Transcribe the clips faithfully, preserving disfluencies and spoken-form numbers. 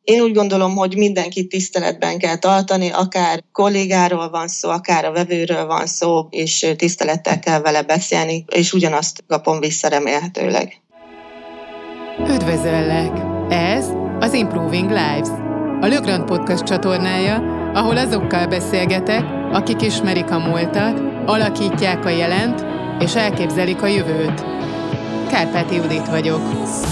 Én úgy gondolom, hogy mindenkit tiszteletben kell tartani, akár kollégáról van szó, akár a vevőről van szó, és tisztelettel kell vele beszélni, és ugyanazt kapom vissza remélhetőleg. Üdvözöllek! Ez az Improving Lives, a Le Grand Podcast csatornája, ahol azokkal beszélgetek, akik ismerik a múltat, alakítják a jelent, és elképzelik a jövőt. Kárpáti Judit vagyok.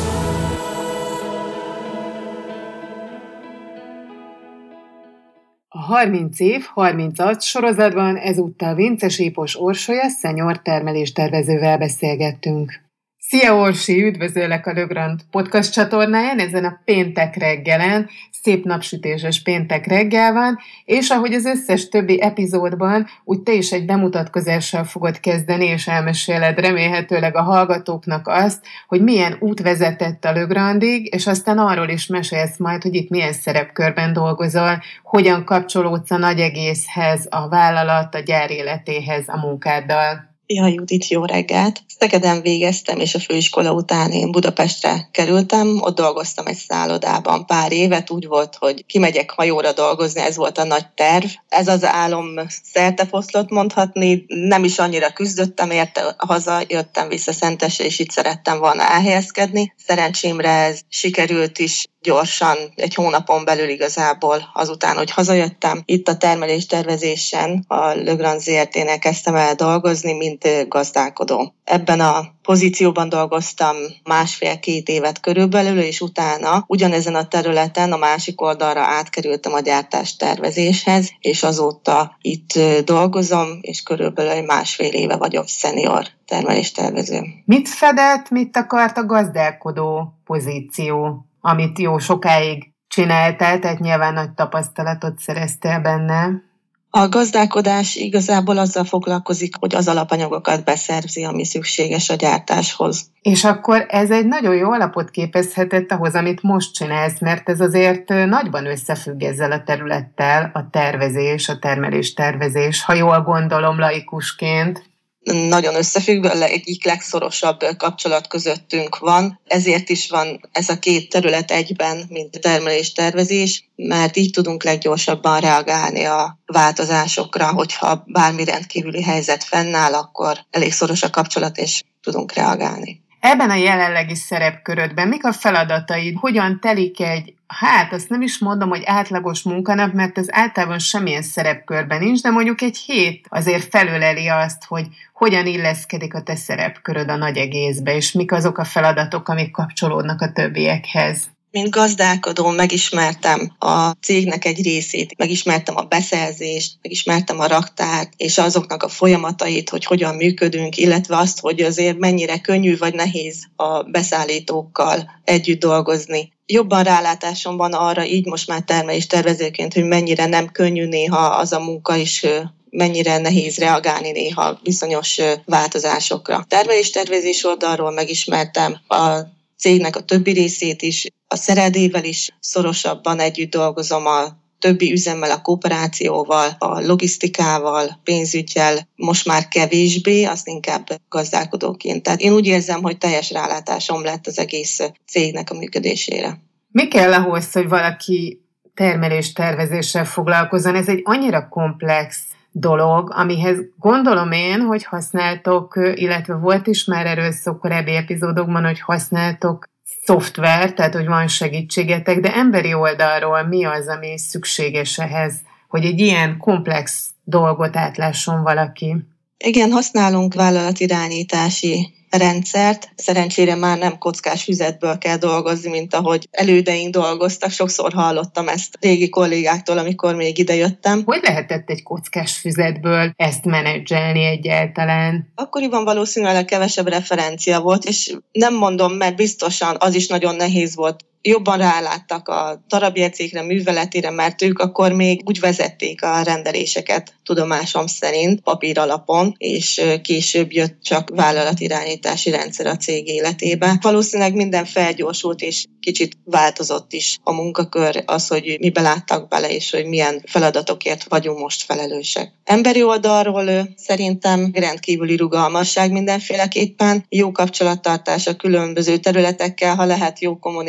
A harminc év, harminc arc sorozatban ezúttal Vince Sípos Orsolya senior termeléstervezővel beszélgettünk. Szia Orsi, üdvözöllek a Le Grand Podcast csatornáján, ezen a péntek reggelen, szép napsütéses péntek reggel van, és ahogy az összes többi epizódban, úgy te is egy bemutatkozással fogod kezdeni, és elmeséled remélhetőleg a hallgatóknak azt, hogy milyen út vezetett a Le Grandig, és aztán arról is mesélsz majd, hogy itt milyen szerepkörben dolgozol, hogyan kapcsolódsz a nagy egészhez, a vállalat, a gyár életéhez, a munkáddal. Ja, Judit, jó reggelt! Szegeden végeztem, és a főiskola után én Budapestre kerültem, ott dolgoztam egy szállodában pár évet, úgy volt, hogy kimegyek hajóra dolgozni, ez volt a nagy terv. Ez az álom szertefoszlott mondhatni, nem is annyira küzdöttem érte, hazajöttem vissza Szentesre, és itt szerettem volna elhelyezkedni. Szerencsémre ez sikerült is, gyorsan, egy hónapon belül igazából azután, hogy hazajöttem. Itt a termeléstervezésen a Le Grand zé er té-nél kezdtem el dolgozni, mint gazdálkodó. Ebben a pozícióban dolgoztam másfél-két évet körülbelül, és utána ugyanezen a területen a másik oldalra átkerültem a gyártástervezéshez, és azóta itt dolgozom, és körülbelül egy másfél éve vagyok szenior termeléstervező. Mit fedett, mit akart a gazdálkodó pozíció, amit jó sokáig csináltál, tehát nyilván nagy tapasztalatot szereztél benne? A gazdálkodás igazából azzal foglalkozik, hogy az alapanyagokat beszerzi, ami szükséges a gyártáshoz. És akkor ez egy nagyon jó alapot képezhetett ahhoz, amit most csinálsz, mert ez azért nagyban összefügg ezzel a területtel, a tervezés, a termeléstervezés, ha jól gondolom laikusként. Nagyon összefügg, a egyik legszorosabb kapcsolat közöttünk van. Ezért is van ez a két terület egyben, mint a termeléstervezés, mert így tudunk leggyorsabban reagálni a változásokra, hogyha bármi rendkívüli helyzet fennáll, akkor elég szoros a kapcsolat, és tudunk reagálni. Ebben a jelenlegi szerepkörödben mik a feladataid? Hogyan telik egy, hát azt nem is mondom, hogy átlagos munkanap, mert ez általában semmilyen szerepkörben nincs, de mondjuk egy hét azért felöleli azt, hogy hogyan illeszkedik a te szerepköröd a nagy egészbe, és mik azok a feladatok, amik kapcsolódnak a többiekhez. Mint gazdálkodó megismertem a cégnek egy részét, megismertem a beszerzést, megismertem a raktárt, és azoknak a folyamatait, hogy hogyan működünk, illetve azt, hogy azért mennyire könnyű vagy nehéz a beszállítókkal együtt dolgozni. Jobban rálátásom van arra, így most már termeléstervezőként, hogy mennyire nem könnyű néha az a munka is, mennyire nehéz reagálni néha bizonyos változásokra. Termeléstervezés oldalról megismertem a cégnek a többi részét is, a szereldével is szorosabban együtt dolgozom, a többi üzemmel, a kooperációval, a logisztikával, pénzüggyel, most már kevésbé, azt inkább gazdálkodóként. Tehát én úgy érzem, hogy teljes rálátásom lett az egész cégnek a működésére. Mi kell ahhoz, hogy valaki termeléstervezéssel foglalkozzon? Ez egy annyira komplex dolog, amihez gondolom én, hogy használtok, illetve volt is már erről szó korábbi epizódokban, hogy használtok szoftver, tehát hogy van segítségetek, de emberi oldalról mi az, ami szükséges ehhez, hogy egy ilyen komplex dolgot átlásson valaki? Igen, használunk vállalatirányítási rendszert. Szerencsére már nem kockás füzetből kell dolgozni, mint ahogy elődeink dolgoztak. Sokszor hallottam ezt régi kollégáktól, amikor még idejöttem. Hogy lehetett egy kockás füzetből ezt menedzselni egyáltalán? Akkoriban valószínűleg kevesebb referencia volt, és nem mondom, mert biztosan az is nagyon nehéz volt. Jobban ráláttak a darabjegyzékre, műveletére, mert ők akkor még úgy vezették a rendeléseket tudomásom szerint papír alapon, és később jött csak vállalatirányítási rendszer a cég életébe. Valószínűleg minden felgyorsult, és kicsit változott is a munkakör, az, hogy mibe láttak bele, és hogy milyen feladatokért vagyunk most felelősek. Emberi oldalról szerintem rendkívüli rugalmasság mindenféleképpen, jó kapcsolattartás a különböző területekkel, ha lehet jó kommunikáció,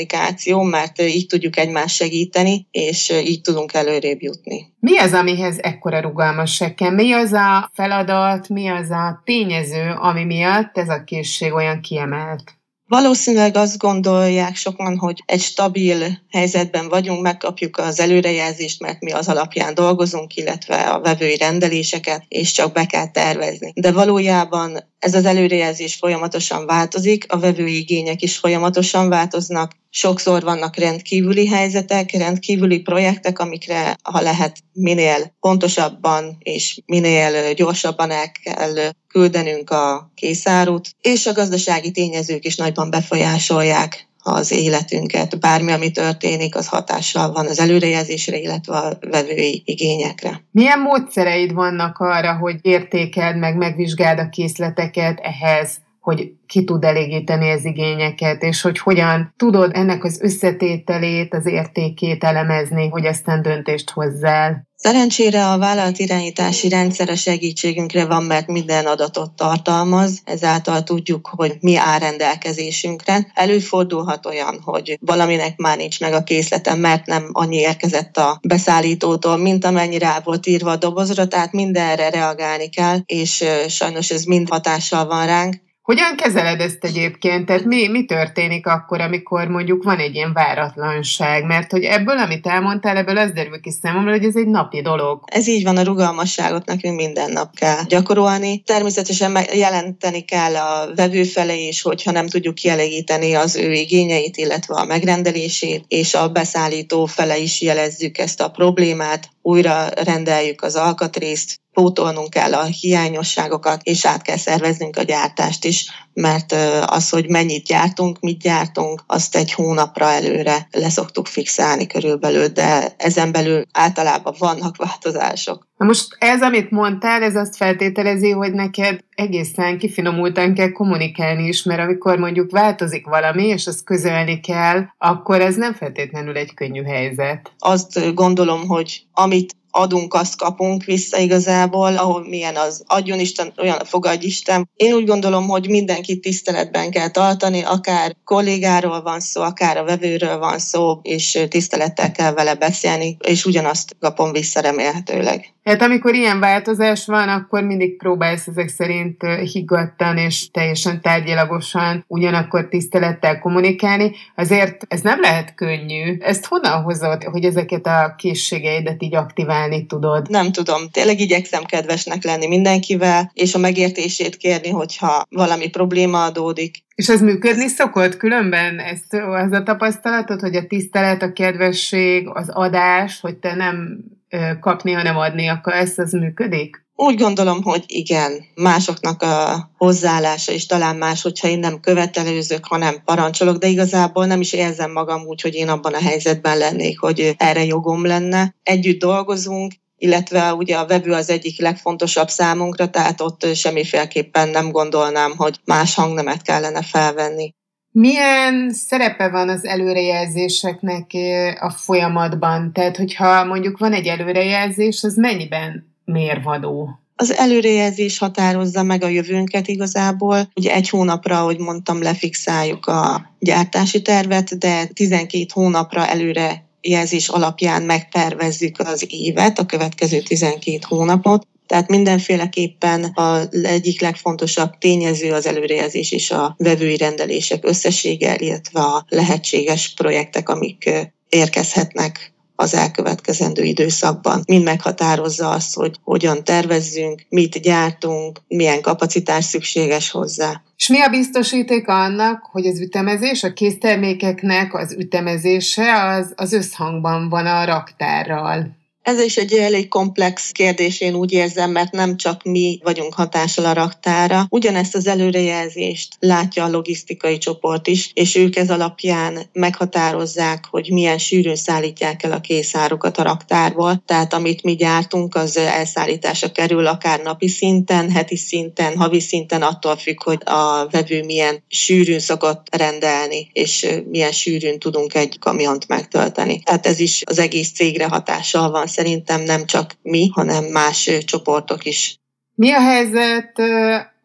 kommunikáció, mert így tudjuk egymást segíteni, és így tudunk előrébb jutni. Mi az, amihez ekkora rugalmasság kell? Mi az a feladat, mi az a tényező, ami miatt ez a készség olyan kiemelt? Valószínűleg azt gondolják sokan, hogy egy stabil helyzetben vagyunk, megkapjuk az előrejelzést, mert mi az alapján dolgozunk, illetve a vevői rendeléseket, és csak be kell tervezni. De valójában ez az előrejelzés folyamatosan változik, a vevői igények is folyamatosan változnak, sokszor vannak rendkívüli helyzetek, rendkívüli projektek, amikre, ha lehet, minél pontosabban és minél gyorsabban el kell küldenünk a készárut, és a gazdasági tényezők is nagyban befolyásolják az életünket. Bármi, ami történik, az hatással van az előrejelzésre, illetve a vevői igényekre. Milyen módszereid vannak arra, hogy értékeld meg, megvizsgáld a készleteket ehhez, hogy ki tud elégíteni az igényeket, és hogy hogyan tudod ennek az összetételét, az értékét elemezni, hogy aztán döntést hozzál? Szerencsére a vállalatirányítási rendszer a segítségünkre van, mert minden adatot tartalmaz, ezáltal tudjuk, hogy mi áll rendelkezésünkre. Előfordulhat olyan, hogy valaminek már nincs meg a készlete, mert nem annyi érkezett a beszállítótól, mint amennyi rá volt írva a dobozra, tehát mindenre reagálni kell, és sajnos ez mind hatással van ránk. Hogyan kezeled ezt egyébként? Tehát mi, mi történik akkor, amikor mondjuk van egy ilyen váratlanság? Mert hogy ebből, amit elmondtál, ebből az derül ki számomra, hogy ez egy napi dolog. Ez így van, a rugalmasságot nekünk minden nap kell gyakorolni. Természetesen jelenteni kell a vevő felé is, hogyha nem tudjuk kielégíteni az ő igényeit, illetve a megrendelését, és a beszállító fele is jelezzük ezt a problémát, újra rendeljük az alkatrészt, pótolnunk kell a hiányosságokat, és át kell szerveznünk a gyártást is, mert az, hogy mennyit gyártunk, mit gyártunk, azt egy hónapra előre leszoktuk fixálni körülbelül, de ezen belül általában vannak változások. Na most ez, amit mondtál, ez azt feltételezi, hogy neked egészen kifinomultan kell kommunikálni is, mert amikor mondjuk változik valami, és azt közölni kell, akkor ez nem feltétlenül egy könnyű helyzet. Azt gondolom, hogy amit adunk, azt kapunk vissza igazából, ahol milyen az adjon Isten, olyan fogadj Isten. Én úgy gondolom, hogy mindenkit tiszteletben kell tartani, akár kollégáról van szó, akár a vevőről van szó, és tisztelettel kell vele beszélni, és ugyanazt kapom vissza remélhetőleg. Hát amikor ilyen változás van, akkor mindig próbálsz ezek szerint higgadtan és teljesen tárgyilagosan ugyanakkor tisztelettel kommunikálni. Azért ez nem lehet könnyű. Ezt honnan hozod, hogy ezeket a készségeidet így aktiválni tudod? Nem tudom. Tényleg igyekszem kedvesnek lenni mindenkivel, és a megértését kérni, hogyha valami probléma adódik. És ez működni szokott különben? Ez az a tapasztalatod, hogy a tisztelet, a kedvesség, az adás, hogy te nem kapni, hanem adni akarsz, az működik? Úgy gondolom, hogy igen. Másoknak a hozzáállása is talán más, hogyha én nem követelőzök, hanem parancsolok, de igazából nem is érzem magam úgy, hogy én abban a helyzetben lennék, hogy erre jogom lenne. Együtt dolgozunk, illetve ugye a vevő az egyik legfontosabb számunkra, tehát ott semmiféleképpen nem gondolnám, hogy más hangnemet kellene felvenni. Milyen szerepe van az előrejelzéseknek a folyamatban? Tehát, hogyha mondjuk van egy előrejelzés, az mennyiben mérvadó? Az előrejelzés határozza meg a jövőnket igazából. Ugye egy hónapra, ahogy mondtam, lefixáljuk a gyártási tervet, de tizenkét hónapra előre jelzés alapján megtervezzük az évet, a következő tizenkét hónapot. Tehát mindenféleképpen az egyik legfontosabb tényező az előrejelzés és a vevői rendelések összessége, illetve a lehetséges projektek, amik érkezhetnek az elkövetkezendő időszakban. Mind meghatározza azt, hogy hogyan tervezzünk, mit gyártunk, milyen kapacitás szükséges hozzá. És mi a biztosíték annak, hogy az ütemezés, a késztermékeknek az ütemezése az, az összhangban van a raktárral? Ez is egy elég komplex kérdés, én úgy érzem, mert nem csak mi vagyunk hatással a raktára. Ugyanezt az előrejelzést látja a logisztikai csoport is, és ők ez alapján meghatározzák, hogy milyen sűrűn szállítják el a készárukat a raktárból. Tehát amit mi gyártunk, az elszállításra kerül akár napi szinten, heti szinten, havi szinten, attól függ, hogy a vevő milyen sűrűn szokott rendelni, és milyen sűrűn tudunk egy kamiont megtölteni. Tehát ez is az egész cégre hatással van. Szerintem nem csak mi, hanem más csoportok is. Mi a helyzet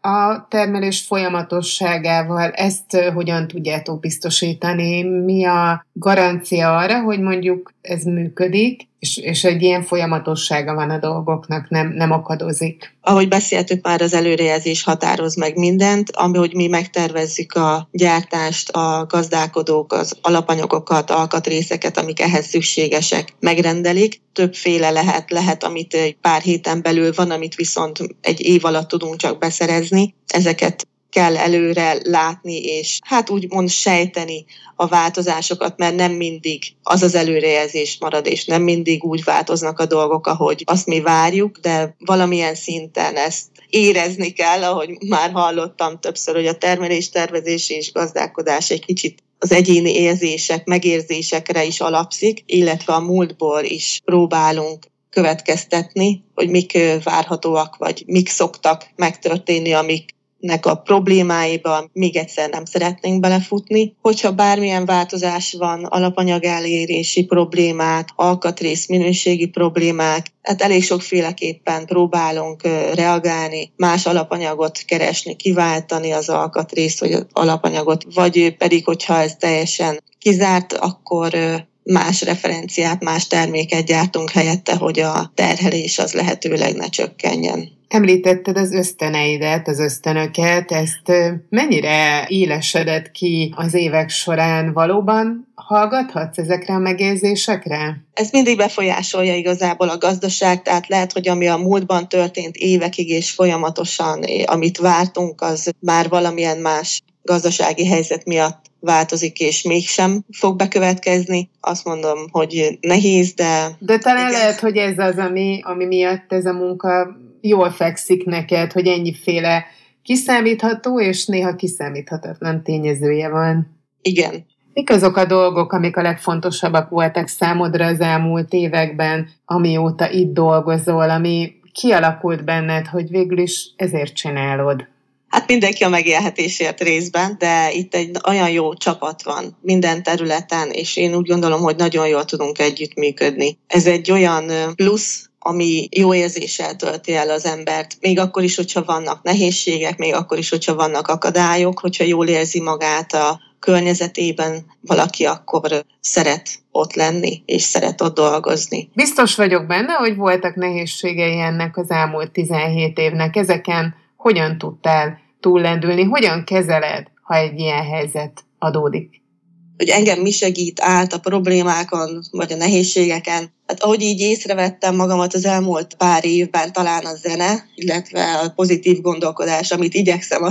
a termelés folyamatosságával ezt hogyan tudjátok biztosítani? Mi a garancia arra, hogy mondjuk ez működik, és, és egy ilyen folyamatossága van a dolgoknak, nem, nem akadozik? Ahogy beszéltük már, az előrejelzés határoz meg mindent, ahogy mi megtervezzük a gyártást, a gazdálkodók az alapanyagokat, alkatrészeket, amik ehhez szükségesek, megrendelik. Többféle lehet, lehet, amit egy pár héten belül van, amit viszont egy év alatt tudunk csak beszerezni. Ezeket kell előre látni, és hát úgymond sejteni a változásokat, mert nem mindig az az előrejelzés marad, és nem mindig úgy változnak a dolgok, ahogy azt mi várjuk, de valamilyen szinten ezt érezni kell, ahogy már hallottam többször, hogy a termelés, tervezés és gazdálkodás egy kicsit az egyéni érzések, megérzésekre is alapszik, illetve a múltból is próbálunk következtetni, hogy mik várhatóak, vagy mik szoktak megtörténni, amik nek a problémáiba még egyszer nem szeretnénk belefutni. Hogyha bármilyen változás van, alapanyag elérési problémák, alkatrész minőségi problémák, hát elég sokféleképpen próbálunk reagálni, más alapanyagot keresni, kiváltani az alkatrészt, vagy az alapanyagot, vagy pedig, hogyha ez teljesen kizárt, akkor más referenciát, más terméket gyártunk helyette, hogy a terhelés az lehetőleg ne csökkenjen. Említetted az ösztöneidet, az ösztönöket, ezt mennyire élesedett ki az évek során? Valóban hallgathatsz ezekre a megérzésekre? Ez mindig befolyásolja igazából a gazdaság, tehát lehet, hogy ami a múltban történt évekig és folyamatosan, amit vártunk, az már valamilyen más gazdasági helyzet miatt változik, és mégsem fog bekövetkezni. Azt mondom, hogy nehéz, de... De talán igen. Lehet, hogy ez az, ami, ami miatt ez a munka jól fekszik neked, hogy ennyiféle kiszámítható és néha kiszámíthatatlan tényezője van. Igen. Mik azok a dolgok, amik a legfontosabbak voltak számodra az elmúlt években, amióta itt dolgozol, ami kialakult benned, hogy végül is ezért csinálod? Hát mindenki a megélhetésért részben, de itt egy olyan jó csapat van minden területen, és én úgy gondolom, hogy nagyon jól tudunk együttműködni. Ez egy olyan plusz, ami jó érzéssel tölti el az embert. Még akkor is, hogyha vannak nehézségek, még akkor is, hogyha vannak akadályok, hogyha jól érzi magát a környezetében valaki, akkor szeret ott lenni, és szeret ott dolgozni. Biztos vagyok benne, hogy voltak nehézségei ennek az elmúlt tizenhét évnek. Ezeken hogyan tudtál túllendülni? Hogyan kezeled, ha egy ilyen helyzet adódik? Hogy engem mi segít át a problémákon, vagy a nehézségeken. Hát ahogy így észrevettem magamat az elmúlt pár évben, talán a zene, illetve a pozitív gondolkodás, amit igyekszem a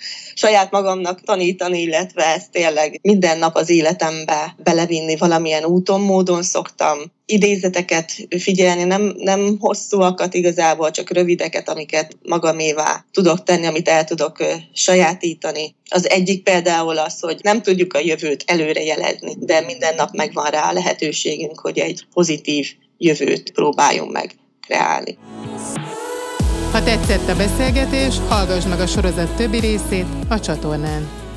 saját magamnak tanítani, illetve ezt tényleg minden nap az életembe belevinni valamilyen úton, módon szoktam idézeteket figyelni, nem, nem hosszúakat igazából, csak rövideket, amiket magamévá tudok tenni, amit el tudok sajátítani. Az egyik például az, hogy nem tudjuk a jövőt előrejelezni, de minden nap megvan rá a lehetőségünk, hogy egy pozitív jövőt próbáljunk meg kreálni. Ha tetszett a beszélgetés, hallgass meg a sorozat többi részét a csatornán.